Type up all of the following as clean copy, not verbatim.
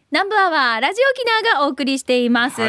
南部アワーラジオ沖縄がお送りしています、はい、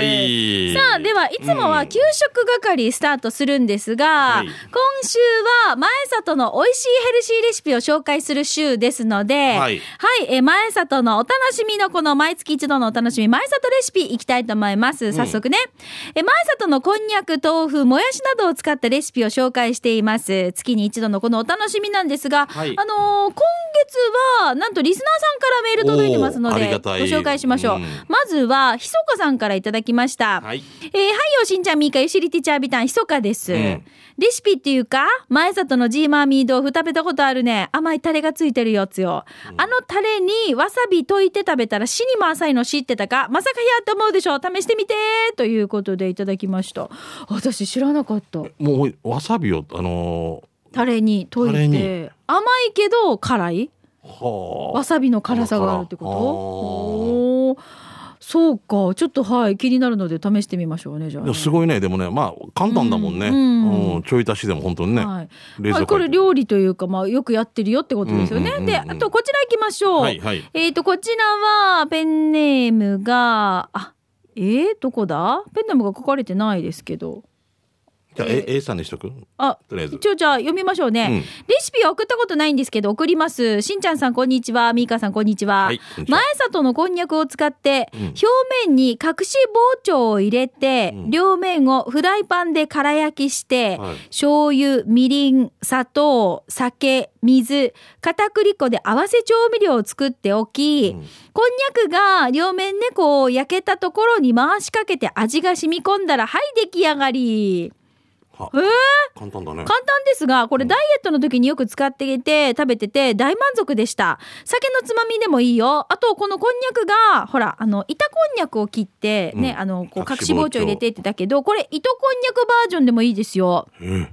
さあではいつもは給食係スタートするんですが、今週は前里の美味しいヘルシーレシピを紹介する週ですので、前里のお楽しみのこの毎月一度のお楽しみ前里レシピいきたいと思います。早速ね、前里のこんにゃく、豆腐、もやしなどを使ったレシピを紹介しています。月に一度のこのお楽しみなんですが、今月はなんとリスナーさんからメール届いてますのでご紹介しましょう。まずはひそかさんからいただきました。はいよしんちゃんみーかゆしりティチャービタンひそかです、レシピっていうか前里のジーマーミー豆腐食べたことあるね。甘いタレがついてるやつよ、あのタレにわさび溶いて食べたら死にも浅いの知ってたか。まさかやって思うでしょ。試してみてということでいただきました。私知らなかった。 もうわさびをタレに溶いて甘いけど辛い、わさびの辛さがあるってこと。そうか、ちょっと気になるので試してみましょうね。じゃあね、 すごいね。でもね、まあ簡単だもんね、ちょい足しでも本当にね、 これ料理というか、よくやってるよってことですよね。で、あとこちら行きましょう。こちらはペンネームがどこだ。ペンネームが書かれてないですけど、 じゃあA さんにしとく。とりあえずじゃあ読みましょうね、レシピは送ったことないんですけど送ります。しんちゃんさんこんにちは、みーかさんこんにちは、前里のこんにゃくを使って、表面に隠し包丁を入れて、両面をフライパンで空焼きして、醤油、みりん、砂糖、酒、水、片栗粉で合わせ調味料を作っておき、こんにゃくが両面ねこう焼けたところに回しかけて味が染み込んだら出来上がり。 簡単だね。 簡単ですが、これダイエットの時によく使っていて食べてて大満足でした。酒のつまみでもいいよ。あとこのこんにゃくがほら板こんにゃくを切ってね、こう隠し包丁入れてってだけど、これ糸こんにゃくバージョンでもいいですよ。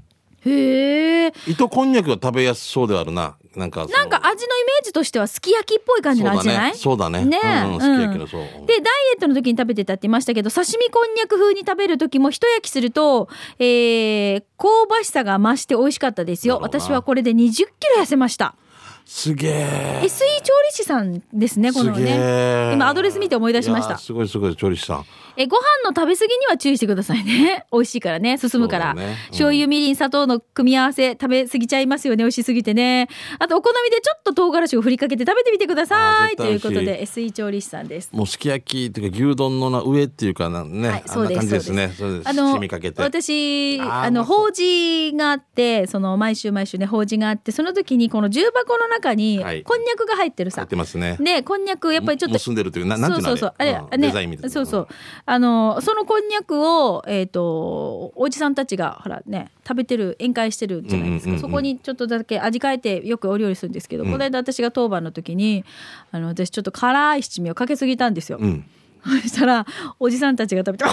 糸こんにゃくが食べやすそうであるな。なんか味のイメージとしてはすき焼きっぽい感じの味じゃない？ そうだね。すき焼きのそう。 でダイエットの時に食べてたって言いましたけど、刺身こんにゃく風に食べる時も一焼きすると、香ばしさが増して美味しかったですよ。私はこれで20キロ痩せました。 すげえ。 SE 調理師さんですね、このね。今アドレス見て思い出しました。 すごい調理師さん。 ご飯の食べ過ぎには注意してくださいね。美味しいからね、進むから、醤油、みりん、砂糖の組み合わせ食べ過ぎちゃいますよね。美味しすぎてね。あとお好みでちょっと唐辛子を振りかけて食べてみてくださいということで SE 調理師さんです。 もうすき焼きっていうか牛丼の上っていうかね、あんな感じですね。染みかけて。 私法事があって、その毎週ね法事があって、その時にこの重箱の中にこんにゃくが入ってるさ。 入ってますね。 でこんにゃくやっぱりちょっと結んでるというなんていうのあれデザインみたいな。 そのこんにゃくをおじさんたちがほらね食べてる宴会してるじゃないですか、そこにちょっとだけ味変えてよくお料理するんですけど、この間私が当番の時に私ちょっと辛い七味をかけすぎたんですよ、そしたらおじさんたちが食べて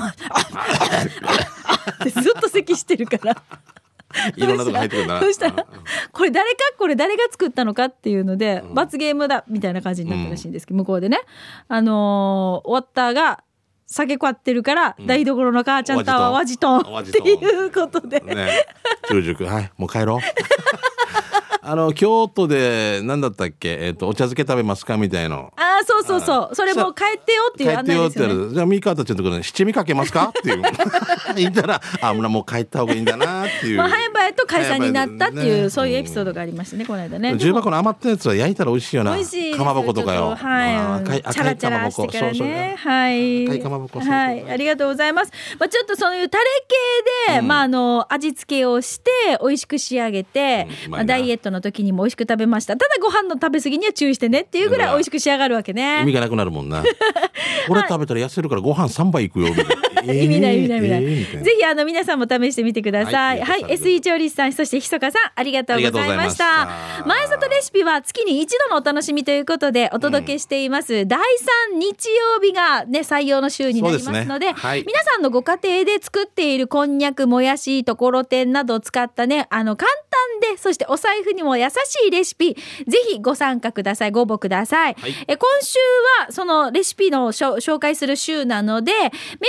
ってずっと咳してるからいろんなとこ入ってくるんだな。 そしたらこれ誰が作ったのかっていうので、罰ゲームだみたいな感じになったらしいんですけど、向こうでね終わったが酒こわってるから台所の母ちゃんとはわじとんっていうことで、 中塾もう帰ろう京都で何だったっけ、お茶漬け食べますかみたいな。 そうそれもう帰ってよっていう案内ですよね。 じゃあミカたちのところに七味かけますかっていう言ったらもう帰った方がいいんだなっていう、 早々と解散になったっていう、そういうエピソードがありましたね、この間ね。 重箱の余ったやつは焼いたら美味しいよな。 美味しいかまぼことかよ。 チャラチャラしてからね。 赤いかまぼこ。 ありがとうございます。ちょっとそういうタレ系で味付けをして美味しく仕上げて、ダイエットの時にも美味しく食べました。ただご飯の食べ過ぎには注意してねっていうぐらい美味しく仕上がるわけね。 意味がなくなるもんな。これ食べたら痩せるからご飯3杯いくよみたいな。 意味ないぜひ皆さんも試してみてください。SE 調理師さん、そしてひそかさん、ありがとうございました。前里レシピは月に一度のお楽しみということでお届けしています、第3日曜日がね採用の週になりますので、皆さんのご家庭で作っているこんにゃく、もやし、ところてんなどを使ったね簡単で、そしてお財布にも優しいレシピ、ぜひご参加ください、ご応募ください。今週はそのレシピの紹介する週なので、メッセージを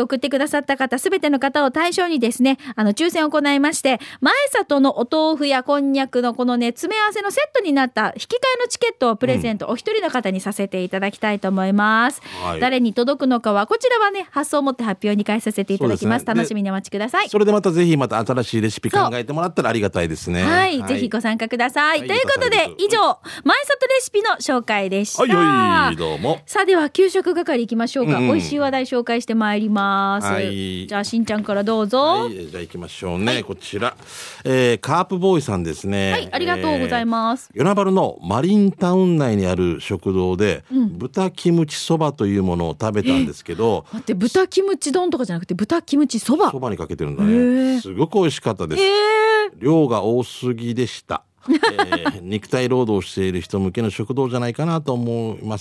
送ってくださった方すべての方を対象にですね、抽選を行いまして、前里のお豆腐やこんにゃくのこのね詰め合わせのセットになった引き換えのチケットをプレゼント、お一人の方にさせていただきたいと思います、誰に届くのかはこちらはね発送をもって発表に変えさせていただきます。楽しみにお待ちください。 それでまたぜひまた新しいレシピ考えてもらったらありがたいですね。 はい、ぜひご参加ください、ということで以上前里レシピの紹介でした。 どうも。 さあでは給食係行きましょうか、美味しい話題紹介してまいります、じゃあしんちゃんからどうぞ。 じゃあ行きましょうね、こちら、カープボーイさんですね。 ありがとうございます。 与那原のマリンタウン内にある食堂で、豚キムチそばというものを食べたんですけど、 待って、豚キムチ丼とかじゃなくて豚キムチそばにかけてるんだね。すごく美味しかったです、量が多すぎでした肉体労働している人向けの食堂じゃないかなと思います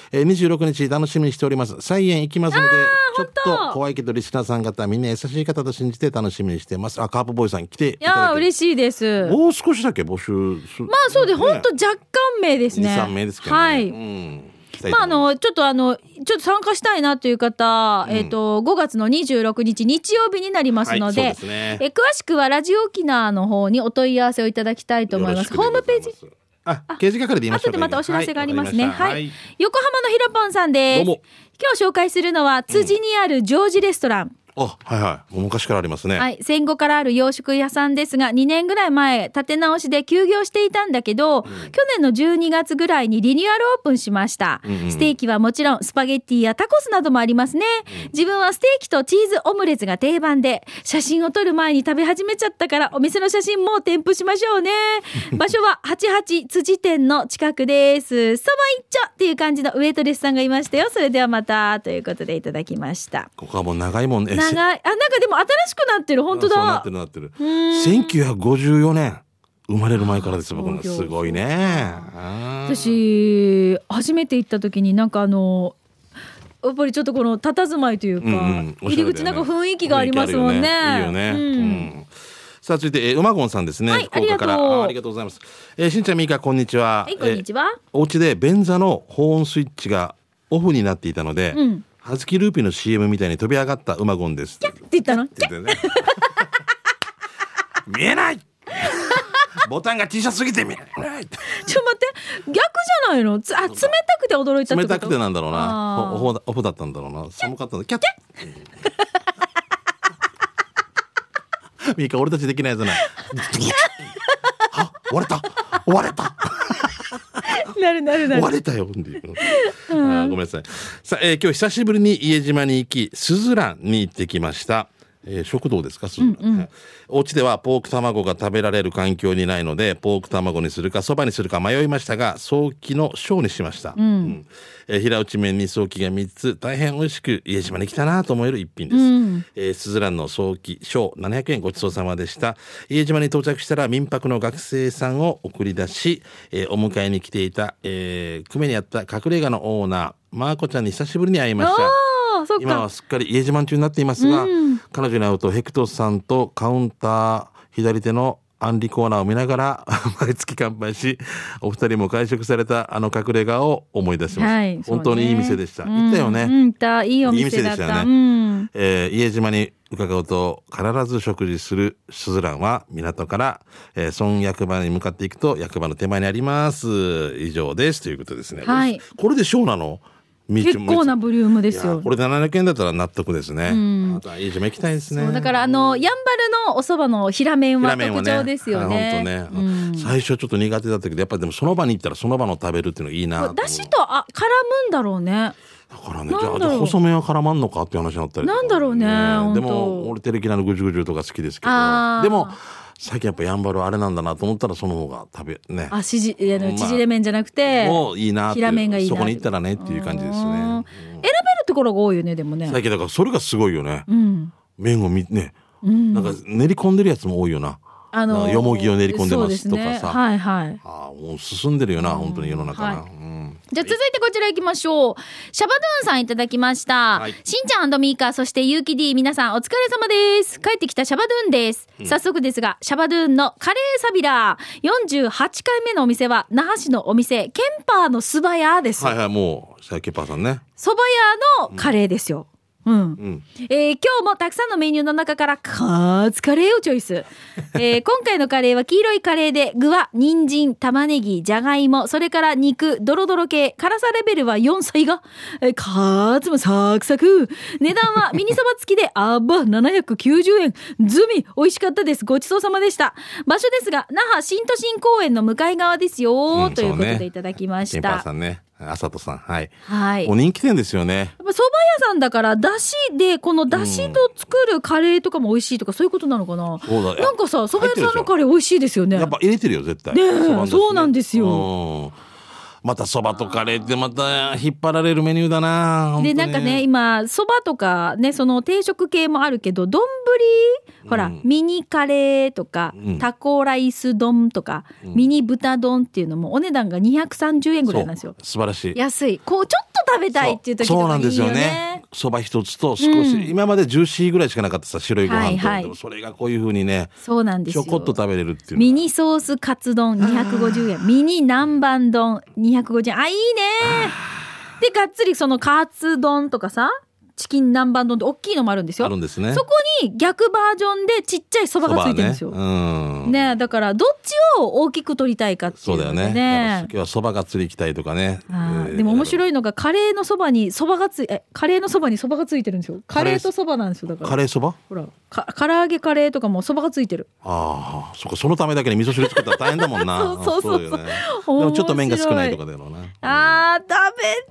、26日楽しみにしております。菜園行きますので、ちょっと怖いけどリスナーさん方みんな優しい方と信じて楽しみにしてます。カープボーイさん来ていただいて、 いや嬉しいです。 もう少しだけ募集そうで、本当若干名ですね。 2,3 名ですけどね、 はい、ちょっと参加したいなという方、5月の26日日曜日になりますので、詳しくはラジオ沖縄の方にお問い合わせをいただきたいと思います。ホームページ掲示係で言いましょうか、 後でまたお知らせがありますね。横浜のひろぽんさんです。今日紹介するのは辻にあるジョージレストラン、 もう昔からありますね。 戦後からある洋食屋さんですが、2年ぐらい前建て直しで休業していたんだけど、去年の12月ぐらいにリニューアルオープンしました、ステーキはもちろんスパゲッティやタコスなどもありますね、自分はステーキとチーズオムレツが定番で、写真を撮る前に食べ始めちゃったからお店の写真も添付しましょうね場所は88辻店の近くです。そば一丁っていう感じのウエイトレスさんがいましたよ。それではまたということでいただきました。 ここはもう長いもんね。 なんかでも新しくなってる。本当だ。そうなってる。1954年生まれる前からです。僕のすごいね。 私初めて行った時にやっぱりちょっとこの佇まいというか、入り口なんか雰囲気がありますもんね。 いいよね。さあ続いて馬ゴンさんですね。福岡からありがとうございます。しんちゃんみーかこんにちは。 こんにちは。 お家で便座の保温スイッチがオフになっていたので、はずきルーピーの CM みたいに飛び上がった馬ゴンです。 キャッって言ったの？ 見えないボタンが小さすぎて見えないちょっと待って、逆じゃないの？冷たくて驚いたってこと？ 冷たくてなんだろうな。オフだったんだろうな。寒かったんだ。キャッミーカ俺たちできないやつない割れた割れたよごめんなさい。さあ、今日久しぶりに家島に行きすずらんに行ってきました。食堂ですか、お家ではポーク卵が食べられる環境にないのでポーク卵にするかそばにするか迷いましたが早期の小にしました、平打ち麺に早期が3つ大変美味しく家島に来たなと思える一品です、すずらんの早期小700円ごちそうさまでした。家島に到着したら民泊の学生さんを送り出し、お迎えに来ていた、久米にあった隠れ家のオーナーマーコちゃんに久しぶりに会いました。今はすっかり家自慢中になっていますが、彼女に会うとヘクトさんとカウンター左手のアンリコーナーを見ながら毎月乾杯し、お二人も会食されたあの隠れ家を思い出します、本当にいい店でした。行ったよね、 いいお店だった。 いい店でしたよね、家島に伺うと必ず食事するすずらんは港から、村役場に向かっていくと役場の手前にあります。以上ですということですね、これで小なの結構なボリュームですよ。 これ700円だったら納得ですね。家島行きたいですね。 だからやんばるのお蕎麦の平麺は特徴ですよね。 本当ね、最初はちょっと苦手だったけどやっぱりでもその場に行ったらその場の食べるっていうのいいな。 だしと絡むんだろうね。 だからね、じゃあ細麺は絡まんのかっていう話になったりなんだろうね。 でも俺テレキナのぐじゅぐじゅとか好きですけど、でも最近やっぱやんばるあれなんだなと思ったらその方が縮れ麺じゃなくてもういいなって、 平麺がいいな、 そこに行ったらねっていう感じですね。 選べるところが多いよね。でもね最近だからそれがすごいよね、麺をね、なんか練り込んでるやつも多いよな。よもぎを練り込んでますとかさ、もう進んでるよな、本当に世の中な。 じゃあ続いてこちら行きましょう。シャバドゥンさんいただきました、しんちゃん&ミーカー、そしてゆうき D、 皆さんお疲れ様です。帰ってきたシャバドゥンです、早速ですがシャバドゥンのカレーサビラー48回目のお店は那覇市のお店ケンパーのそば屋です。 もうケンパーさんね、 そば屋のカレーですよ。 今日もたくさんのメニューの中からカツカレーをチョイス、今回のカレーは黄色いカレーで、具は人参、玉ねぎ、じゃがいも、それから肉、ドロドロ系、辛さレベルは4歳が、カツもサクサク、値段はミニそば付きで790円、ズミ美味しかったです。ごちそうさまでした。場所ですが那覇新都心公園の向かい側ですよ、ということでいただきました。 ケンパーさんね、あさとさん、はい、 はい、 お人気店ですよね。 やっぱ蕎麦屋さんだからだしで、このだしと作るカレーとかも美味しいとか、そういうことなのかな。 そうだ、 なんかさ、蕎麦屋さんのカレー美味しいですよね。 やっぱ入れてるよ絶対ね。そうなんですよ。 また蕎麦とカレーってまた引っ張られるメニューだな。 でなんかね、今蕎麦とかね、その定食系もあるけど、丼、ほら、ミニカレーとか、タコライス丼とか、ミニ豚丼っていうのもお値段が230円ぐらいなんですよ。 素晴らしい。 安い。こうちょっと食べたいっていう時とかいいよね。そうなんですよね。 蕎麦一つと少し、今までジューシーぐらいしかなかったさ、白いご飯と、でもそれがこういう風にね、 そうなんですよ、 ちょこっと食べれるっていう。 ミニソースカツ丼250円、ミニ南蛮丼250円。あ、いいね。でがっつりそのカツ丼とかさ、チキン南蛮丼って大きいのもあるんですよ。 あるんですね。 そこに逆バージョンでちっちゃいそばがついてるんですよ。ね、だからどっちを大きく取りたいかっていうのでね。 そうだよね。今日はそばがつり行きたいとかね。 でも面白いのがカレーのそばにそばがカレーのそばにそばがついてるんですよ。カレーとそばなんですよ。だからカレーそば？ ほら、唐揚げカレーとかもそばがついてる。 ああ、そっか、そのためだけに味噌汁作ったら大変だもんな。 そうそう。 でもちょっと麺が少ないとかだよな。 食べたい。美味し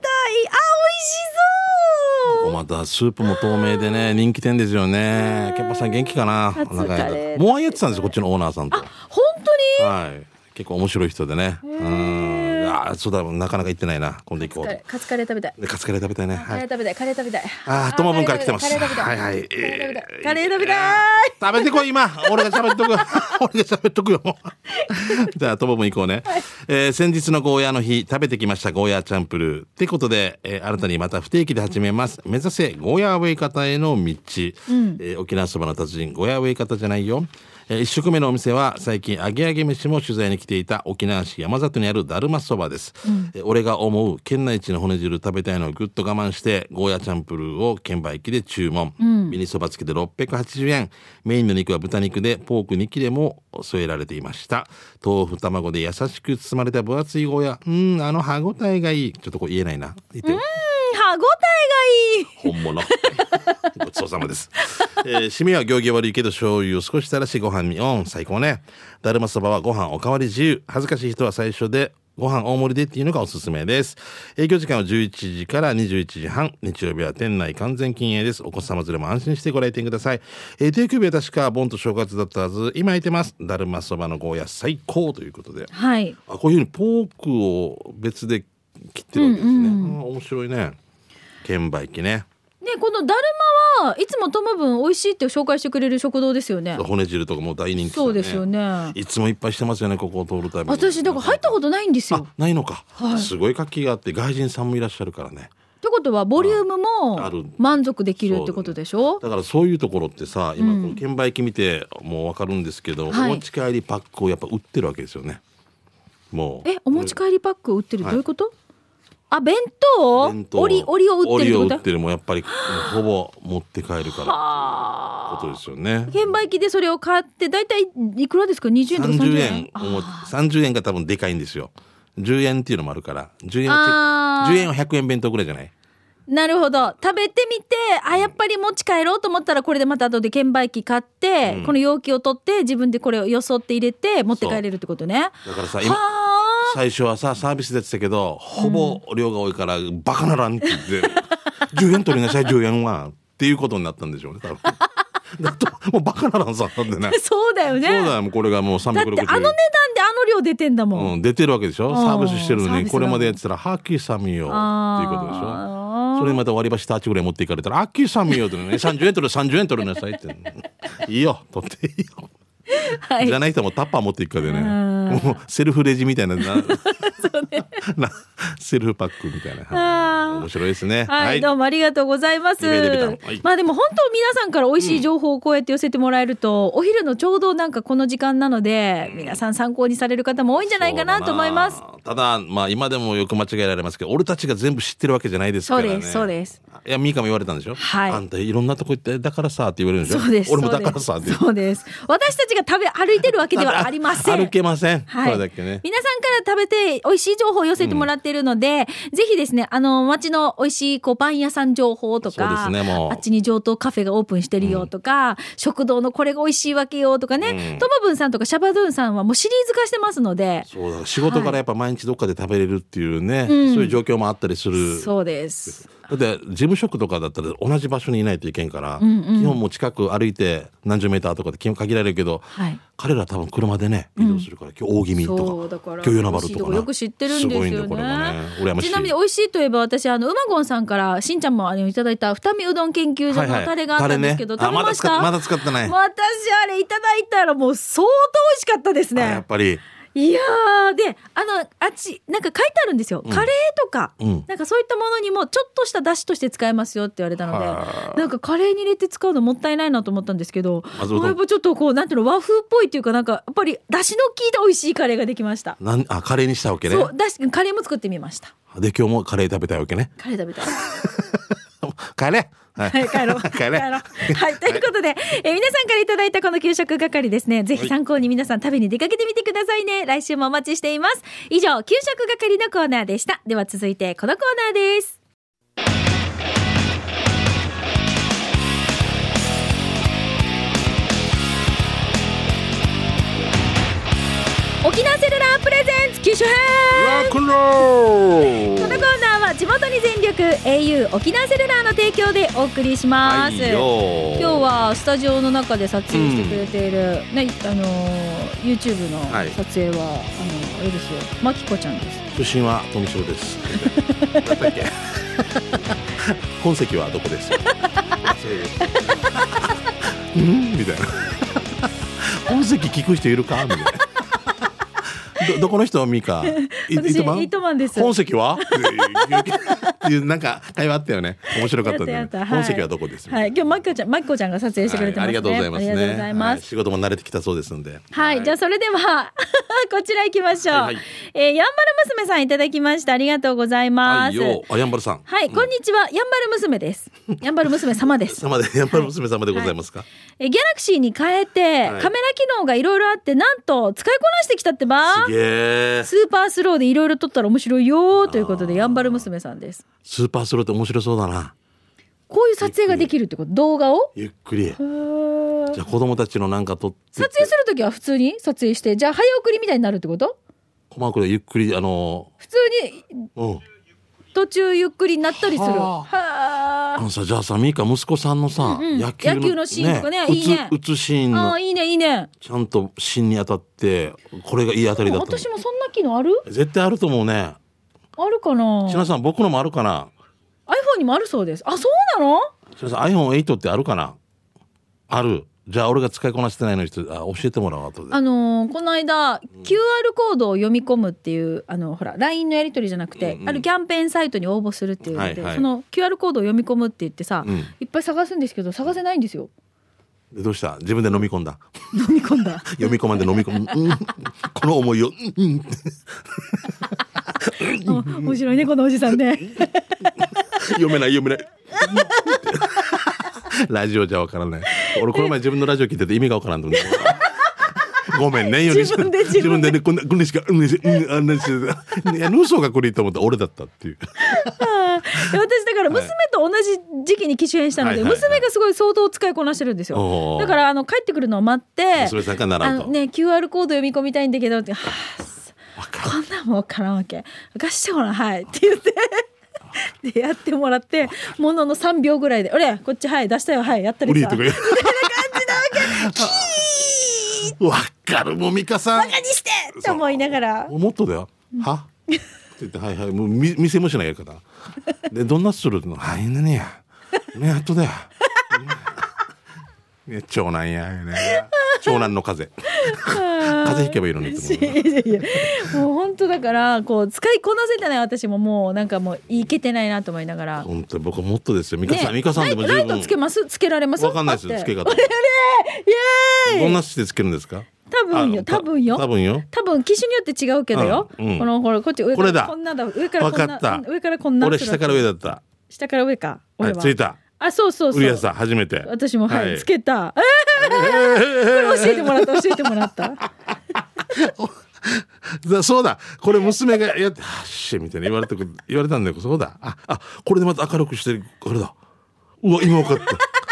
そう。 ここまたスープも透明でね、人気店ですよね。ケンパさん元気かな。もうやってたんですよ、こっちのオーナーさんと。 あ、本当に？ はい。結構面白い人でね。そうだ、なかなか行ってないな。今度行こう。 カツカレー食べたい。 カツカレー食べたいね。 カレー食べたい。カレー食べたい。 ともぶんから来てます。 はいはい。カレー食べたい。 食べてこい今。俺が喋っとく。俺が喋っとくよ。じゃあともぶん行こうね。先日のゴーヤーの日食べてきましたゴーヤーチャンプルーってことで、新たにまた不定期で始めます。目指せゴーヤーウェイ方への道。沖縄そばの達人ゴーヤーウェイ方じゃないよ。一食目のお店は最近揚げ揚げ飯も取材に来ていた沖縄市山里にあるだるまそばです。俺が思う県内一の骨汁食べたいのをぐっと我慢してゴーヤチャンプルーを券売機で注文。ミニそば付きで680円。メインの肉は豚肉でポーク2切れも添えられていました。豆腐卵で優しく包まれた分厚いゴーヤ、あの歯ごたえがいい。ちょっとこう言えないな。言って歯ごたえがいい。 本物。ごちそうさまです。締めは行儀悪いけど醤油を少し垂らしご飯に最高ね。だるまそばはご飯おかわり自由。恥ずかしい人は最初でご飯大盛りでっていうのがおすすめです。営業時間は11時から21時半。日曜日は店内完全禁煙です。お子様連れも安心してご来店ください。定休日は確か盆と正月だったはず。今空いてます。だるまそばのゴーヤ最高ということで。 はい。 こういうふうにポークを別で切ってるわけですね。面白いね。券売機ね。 ね、このだるまはいつもともぶん美味しいって紹介してくれる食堂ですよね。 骨汁とかも大人気、 そうですよね。 いつもいっぱいしてますよね、ここを通るたびに。 私だから入ったことないんですよ。 ないのか、すごい活気があって外人さんもいらっしゃるからね。 ってことはボリュームも満足できるってことでしょ。 だからそういうところってさ、今この券売機見てもう分かるんですけど、お持ち帰りパックをやっぱ売ってるわけですよね。もうお持ち帰りパックを売ってる、どういうこと？弁当折りを売ってるってこと？折りを売ってるもやっぱりほぼ持って帰るからってことですよね。 券売機でそれを買ってだいたいいくらですか？20円とか30円。 30円が多分でかいんですよ。10円っていうのもあるから10円は100円弁当ぐらいじゃない？ なるほど。食べてみてやっぱり持ち帰ろうと思ったらこれでまた後で券売機買って、この容器を取って自分でこれをよそって入れて持って帰れるってことね。 だからさ今最初はさサービスでやってたけどほぼ量が多いからバカならんって言って10円取りなさい10円はっていうことになったんでしょうね多分。だともうバカならんさなんでね。 そうだよね。 そうだよ、もうこれがもう360円。だってあの値段で量出てんだもん。 出てるわけでしょ。サービスしてるのにこれまでやってたらハッキーサミよっていうことでしょ。それにまた割り箸タッチぐらい持っていかれたらハッキーサミよってね30円取る30円取るなさいっていいよ取っていいよ。じゃない人もタッパー持っていくかでね、もうセルフレジみたいなそうね、セルフパックみたいな、面白いですね。 はい、どうもありがとうございます。まあでも本当皆さんから美味しい情報をこうやって寄せてもらえると、お昼のちょうどなんかこの時間なので、皆さん参考にされる方も多いんじゃないかなと思います。 ただまあ今でもよく間違えられますけど、俺たちが全部知ってるわけじゃないですからね。 そうですいやミカも言われたんでしょ、 はい、 あんたいろんなとこ行ってだからさって言われるんでしょ。 そうです。 俺もだからさって。 そうです。私たちが歩いてるわけではありません。 歩けません、 はい、 これだけね。 皆さんから食べて美味しい情報を寄せてもらっているので、ぜひですね街の美味しいパン屋さん情報とか、 そうですね、もうあっちに上等カフェがオープンしてるよとか、食堂のこれが美味しいわけよとかね、トムブンさんとかシャバドゥンさんはもうシリーズ化してますので、 そうだ、仕事からやっぱ毎日どっかで食べれるっていうね、そういう状況もあったりする。 そうです。 だって事務職とかだったら同じ場所にいないといけんから、基本もう近く歩いて何十メーターとかで基本限られるけど、彼ら多分車でね移動するから、今日大気味とか今日与那原とかよく知ってるんですよね。 すごいんだよこれがね。羨ましい。 ちなみに美味しいといえば私うまごんさんからしんちゃんもいただいた二見うどん研究所のタレがあったんですけど、食べました？ まだ使ってない。 私あれいただいたらもう相当美味しかったですね。 やっぱりいやー、であっちなんか書いてあるんですよ、カレーとか、なんかそういったものにもちょっとした出汁として使えますよって言われたので、なんかカレーに入れて使うのもったいないなと思ったんですけど、やっぱちょっとなんていうの和風っぽいっていうか、なんかやっぱり出汁の効いた美味しいカレーができました。 カレーにしたわけね。 そうカレーも作ってみました。 で今日もカレー食べたいわけね。 カレー食べたいカレーはい、 帰ろうはい、ということで、皆さんからいただいたこの給食係ですね、ぜひ参考に皆さん食べに出かけてみてくださいね。来週もお待ちしています。以上、給食係のコーナーでした。では続いてこのコーナーです。沖縄セルラープレゼンツ機種編ロックンロール。 このコーナーは地元に全力 au 沖縄セルラーの提供でお送りします、今日はスタジオの中で撮影してくれている、YouTube の撮影は、あれですよ、まきこちゃんです。 出身は富城ですだったっけ本籍はどこですみたいな本籍聞く人いるかみたいなどこの人ミカ？ 糸満です。 本籍は？っていうなんか会話あったよね。面白かったね。本籍はどこです？ はい。今日マキコちゃんが撮影してくれてますね。 ありがとうございますね。 ありがとうございます。 仕事も慣れてきたそうですので。 はい。じゃあそれではこちら行きましょう。やんばる娘さんいただきました。ありがとうございます。 やんばるさん。 はい。こんにちは。やんばる娘です。やんばる娘様です。 やんばる娘様でございますか。 ギャラクシーに変えて、カメラ機能がいろいろあって、なんと使いこなしてきたってば。 すげー。 スーパースローでいろいろ撮ったら面白いよということで、やんばる娘さんです。 スーパースローって面白そうだな。 こういう撮影ができるってこと、動画をゆっくり。じゃあ子供たちのなんか撮って撮影するときは普通に撮影して、じゃあ早送りみたいになるってこと？ 細かくゆっくり普通に、途中ゆっくりになったりする。 じゃあさミカ息子さんのさ、野球のシーンとかね、いいね。 打つシーンのいいねいいね。 ちゃんと芯に当たってこれがいい当たりだった。 私もそんな機能ある？ 絶対あると思うね。 あるかな。 しなさん僕のもあるかな。 iPhone にもあるそうです。あ、そうなの？ しなさん iPhone8 ってあるかな。ある。じゃあ俺が使いこなしてないのに教えてもらおうとで。 この間、QR コードを読み込むっていうほら LINE のやり取りじゃなくて、あるキャンペーンサイトに応募するっていうので、その QR コードを読み込むって言ってさ、いっぱい探すんですけど探せないんですよ。 でどうした？自分で飲み込んだ。 飲み込んだ。 読み込まんで飲み込む。この思いを。 面白いねこのおじさんね。 読めない。ラジオじゃわからない。俺この前自分のラジオ聞いてて意味がわからんと思って。ごめんね。 自分でねこんなしか嘘がこれと思ったら俺だったっていう。 私だから娘と同じ時期に機種変したので、娘がすごい相当使いこなしてるんですよ。だから帰ってくるのを待って、 娘さんから習うと QR コード読み込みたいんだけどって、こんなんもわからんわけ。貸してごらんはいって言って。でやってもらってものの3秒ぐらいで俺こっちはい出したよはいやったりさみたいな感じなわけ。わかるもみかさんバカにしてって思いながらもっとだよはって言ってはいもう見せもしないやり方でどんなするのはい何やねあとだよ長男やね長男の風邪ひけばいいのにってもう本当だから使いこなせてない私ももうなんかもういけてないなと思いながら。 本当僕もっとですよ。ミカさんでも十分。 ライトつけます？つけられます？ わかんないですつけ方。 イエーイ。 どんなしてつけるんですか？ 多分よ。多分機種によって違うけどよ。このほらこっち上からこんなだ上からこんな上からこんな。 俺下から上だった。 下から上か俺は、 ついた。 あ、そうそうそう。 うりやさん初めて。 私もつけた。これ教えてもらった。 そうだ、これ娘がやって、はっしみたいな言われたんだよ。そうだ。これでまた明るくしてる。これだ。うわ、今分かった。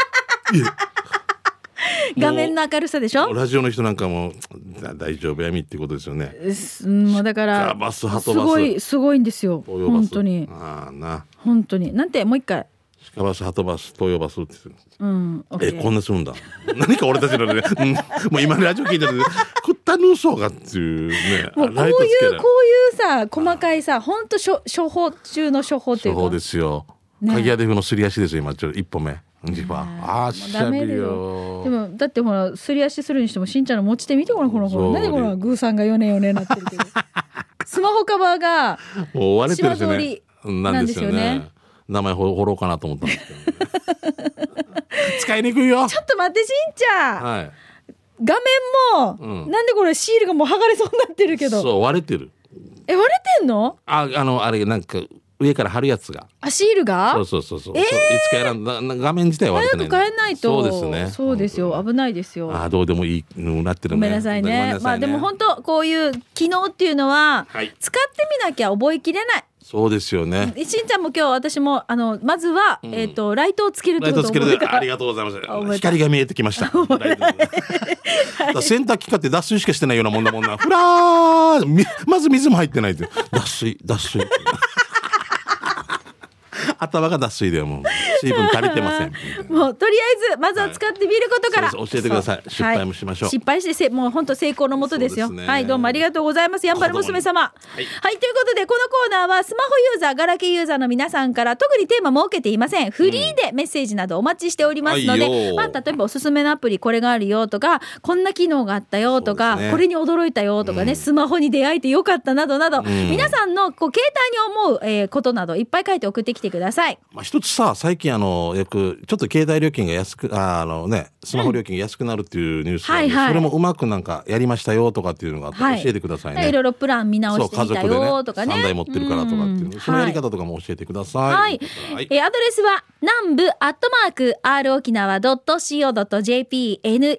画面の明るさでしょ。 ラジオの人なんかも大丈夫やみってことですよね。 もうだからバスハトバスすごいんですよ。本当に。本当に。なんてもう一回。 鹿バスハトバス東洋バスってうん。 こんなするんだ。何か俺たちのね、もう今ラジオ聞いてる食ったぬそうがっていうね。 もうこういうさ細かいさ、本当処方中の処方っていうか。 処方ですよ。鍵屋デフのすり足ですよ今ちょっと一歩目。しゃべるよ。 でもだってほらすり足するにしてもしんちゃんの持ち手見てこの何このグーさんがよねなってるけどスマホカバーがもう割れてるしねなんですよね。名前掘ろうかなと思ったんですけど、使いにくいよ。 ちょっと待ってしんちゃん、 はい、 画面も、なんでこれシールがもう剥がれそうになってるけど。 そう割れてる。 割れてんの？ あれなんか上から貼るやつが。 シールが？ そう。いつか選んだ画面自体は割れてない。 早く変えないと。 そうですね。 そうですよ。危ないですよ。 どうでもいいのなってるね。 ごめんなさいね。まあでも本当こういう機能っていうのは、使ってみなきゃ覚えきれない。 そうですよね。 しんちゃんも今日私もまずは、ライトをつけるってことを覚えた。 ありがとうございます。光が見えてきました。洗濯機買って脱水しかしてないようなもんだもんな。ふらーまず水も入ってないって。脱水。頭が脱水でもう水分足りてません。 もうとりあえずまずは使ってみることから、 教えてください。失敗もしましょう。 失敗してもう本当成功のもとですよ。はい、どうもありがとうございます。やんばる娘様。はい、ということでこのコーナーはスマホユーザーガラケーユーザーの皆さんから特にテーマ設けていません。フリーでメッセージなどお待ちしておりますので、例えばおすすめのアプリこれがあるよとか、こんな機能があったよとか、これに驚いたよとかね、スマホに出会えてよかったなどなど、皆さんの携帯に思う、ことなどいっぱい書いて送ってきてください。 一つさ、最近よくちょっと携帯料金が安くスマホ料金が安くなるっていうニュースがあるんで、それもうまくなんかやりましたよとかっていうのがあったら教えてくださいね。 いろいろプラン見直してみたよとかね。 3台持ってるからとかっていう、そのやり方とかも教えてください。 アドレスは南部@r沖縄 .co.jp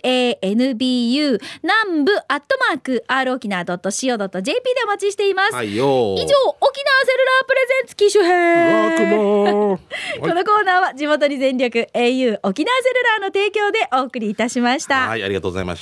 NANBU 南部@r沖縄 .co.jp でお待ちしています。以上、沖縄セルラープレゼンツ機種編。このコーナーは地元に全力 au 沖縄セルラーの提供でお送りいたしました。 はい、ありがとうございました。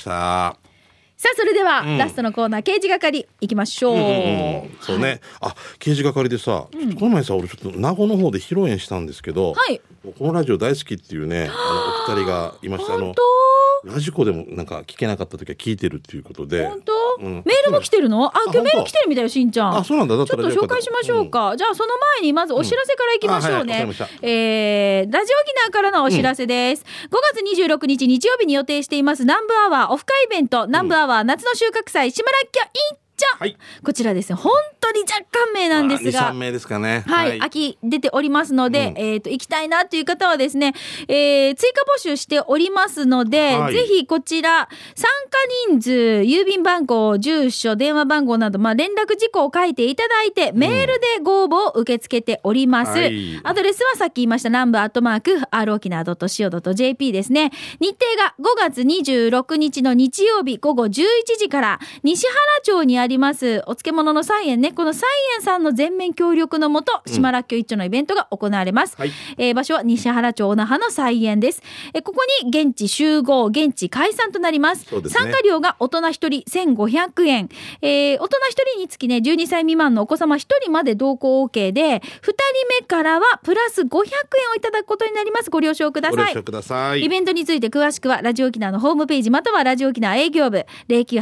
さあそれでは、ラストのコーナー刑事係いきましょう。 そうね、刑事係でさ、この前さ俺ちょっと名護の方で披露宴したんですけど、このラジオ大好きっていうねお二人がいました。ラジコでもなんか聞けなかった時は聞いてるっていうことで。本当？メールも来てるの？今日メール来てるみたいよしんちゃん。 そうなんだ。 ちょっと紹介しましょうか。じゃあその前にまずお知らせからいきましょうね。ラジオ沖縄からのお知らせです。5月26日日曜日に予定しています南部アワーオフ会イベント、南部アワー夏の収穫祭島らっきょインこちらですね、本当に若干名なんですが、 2、3名ですかね。 秋出ておりますので、行きたいなという方はですね、追加募集しておりますので、ぜひこちら参加人数、郵便番号、住所、電話番号など、連絡事項を書いていただいて、メールでご応募を受け付けております。アドレスはさっき言いました南部@r沖縄 .co.jp ですね。日程が5月26日の日曜日午後11時から西原町にありますお漬物の菜園ね、この菜園さんの全面協力のもと、島らっきょ一丁のイベントが行われます。場所は西原町那覇の菜園です。ここに現地集合、現地解散となります。参加料が大人1人1500円、大人1人につきね12歳未満のお子様1人まで同行 OK で、2人目からはプラス500円をいただくことになります。ご了承ください。イベントについて詳しくはラジオ沖縄のホームページまたはラジオ沖縄営業部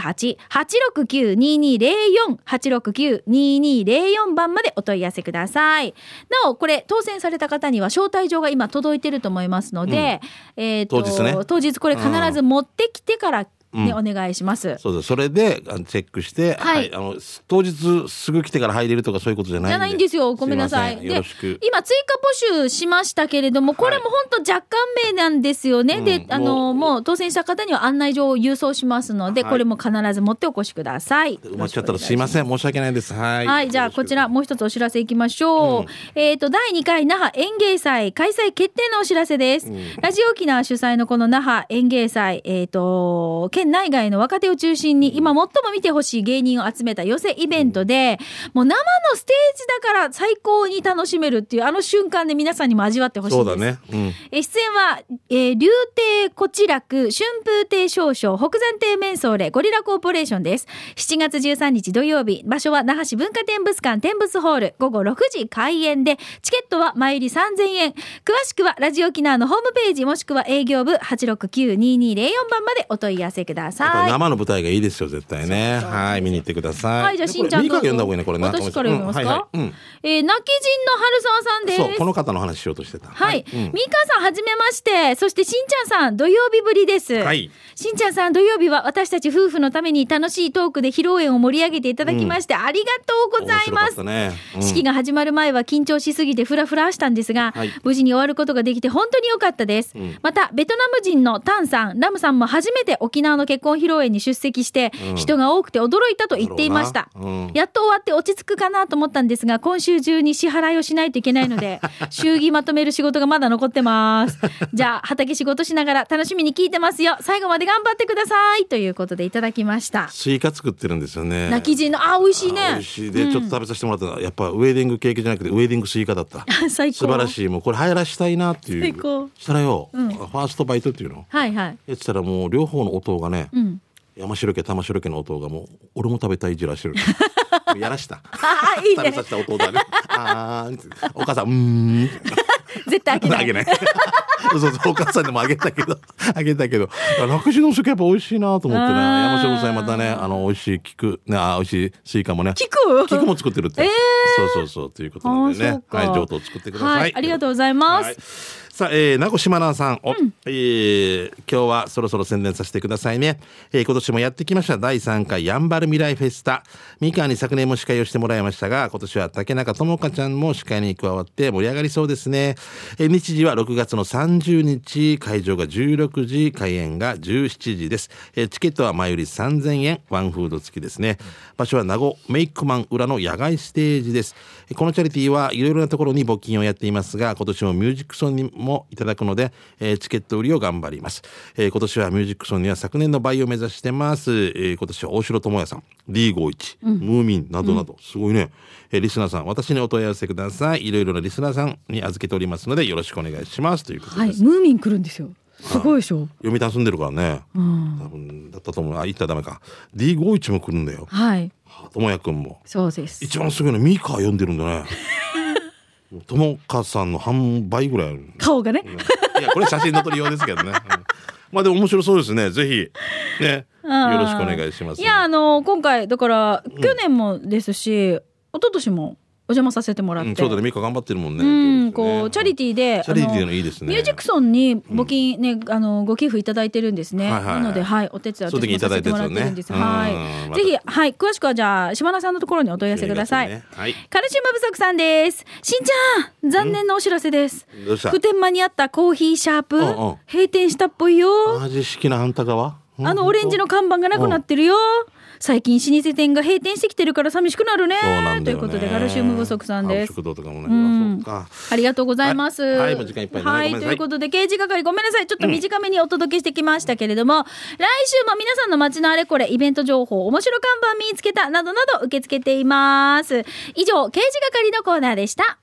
098-869-2204 番までお問い合わせください。なおこれ当選された方には招待状が今届いてると思いますので、当日これ必ず持ってきてからね、お願いします。 そうです。それでチェックして、 はい、 当日すぐ来てから入れるとかそういうことじゃないんで。 じゃないんですよ。ごめんなさい。 よろしく。 で、今追加募集しましたけれども、これも本当若干名なんですよね。で、もう当選した方には案内状を郵送しますので、これも必ず持ってお越しください。 埋まっちゃったらすいません。申し訳ないです。はい。 はい、じゃあこちらもう一つお知らせいきましょう。第2回那覇園芸祭開催決定のお知らせです。ラジオ沖縄主催のこの那覇園芸祭、県内外の若手を中心に今最も見てほしい芸人を集めた寄せイベントで、もう生のステージだから最高に楽しめるっていうあの瞬間で皆さんにも味わってほしいです。 そうだね。 出演は、竜亭こちらく、春風亭少々、北山亭メンソーレ、ゴリラコーポレーションです。7月13日土曜日、場所は那覇市文化展物館展物ホール、午後6時開演で、チケットは前売り3000円。詳しくはラジオ沖縄のホームページもしくは営業部 869-2204 番までお問い合わせください。 生の舞台がいいですよ絶対ね。はい、見に行ってください。 はい、じゃあしんちゃんどうぞ。読んだ方がいいねこれね。 私から読みますか。泣き人の春沢さんです。 そう、この方の話しようとしてた。 はい、ミカさんはじめまして。そしてしんちゃんさん土曜日ぶりです。はい。しんちゃんさん土曜日は私たち夫婦のために楽しいトークで披露宴を盛り上げていただきまして、ありがとうございます。ね、式が始まる前は緊張しすぎてフラフラしたんですが、無事に終わることができて本当に良かったです。またベトナム人のタンさん、ラムさんも初めて沖縄の結婚披露宴に出席して、人が多くて驚いたと言っていました。やっと終わって落ち着くかなと思ったんですが、今週中に支払いをしないといけないので祝儀まとめる仕事がまだ残ってますじゃあ畑仕事しながら楽しみに聞いてますよ。最後まで頑張ってくださいということでいただきました。 スイカ作ってるんですよね。 泣き人の美味しいね。 美味しいで、ちょっと食べさせてもらったらやっぱウェディングケーキじゃなくてウェディングスイカだった最高。 素晴らしい。もうこれ流行らしたいなっていう。 最高。 したらよ、ファーストバイトっていうのはいはいやってたらもう両方の音がね、山城家玉城家の音がもう俺も食べたいじらしてるやらしたいいね。 食べさせた音だねお母さん絶対あげないそうお母さんでもあげたけど楽しのスイカやっぱ美味しいなと思ってね。山城さんまたね美味しい菊ね、美味しいスイカもね、菊も作ってるって、そうということなんでね、はい、上等作ってください。はい、 ありがとうございます。はい、 さあ、名護島南さん、今日はそろそろ宣伝させてくださいね。今年もやってきました第3回やんばる未来フェスタ。三河に昨年も司会をしてもらいましたが、今年は竹中智香ちゃんも司会に加わって盛り上がりそうですね。日時は6月の30日、会場が16時、開演が17時です。チケットは前売り3000円、ワンフード付きですね。場所は名護メイクマン裏の野外ステージです。このチャリティーはいろいろなところに募金をやっていますが、今年もミュージックソンにもいただくので、チケット売りを頑張ります。今年はミュージックソンには昨年の倍を目指してます。今年は大城智也さん、D51、ムーミンなどなど、すごいね。リスナーさん、私にお問い合わせください。いろいろなリスナーさんに預けておりますのでよろしくお願いしますということです。 はい、ムーミン来るんですよ。すごいでしょ。 読谷住んでるからね、多分だったと思う。言ったらダメか。 D51 も来るんだよ。 はい、 智也くんも。 そうです。 一番すごいのミカ読んでるんだね智香さんの半倍ぐらいある顔がねいやこれ写真の撮りようですけどね、まあでも面白そうですね。ぜひねよろしくお願いします、ね。 いや今回だから去年もですし、一昨年もお邪魔させてもらって、 そうだね、ミカ頑張ってるもんね。 こうチャリティーでのいいですね。 ミュージックソンに募金ね、ご寄付いただいてるんですね。なのでお手伝いをさせてもらってるんです。はい。ぜひ詳しくはじゃあ島田さんのところにお問い合わせください。カルシウム不足さんです。しんちゃん残念なお知らせです。普天間にあったコーヒーシャープ閉店したっぽいよ。 マジ式な反対側オレンジの看板がなくなってるよ。最近老舗店が閉店してきてるから寂しくなるね。ということでカルシウム不足さんです。 食堂とかもね、 ありがとうございます。 はい、もう時間いっぱいはい、ということで刑事係ごめんなさい、ちょっと短めにお届けしてきましたけれども、来週も皆さんの街のあれこれイベント情報、面白看板見つけたなどなど受け付けています。以上刑事係のコーナーでした。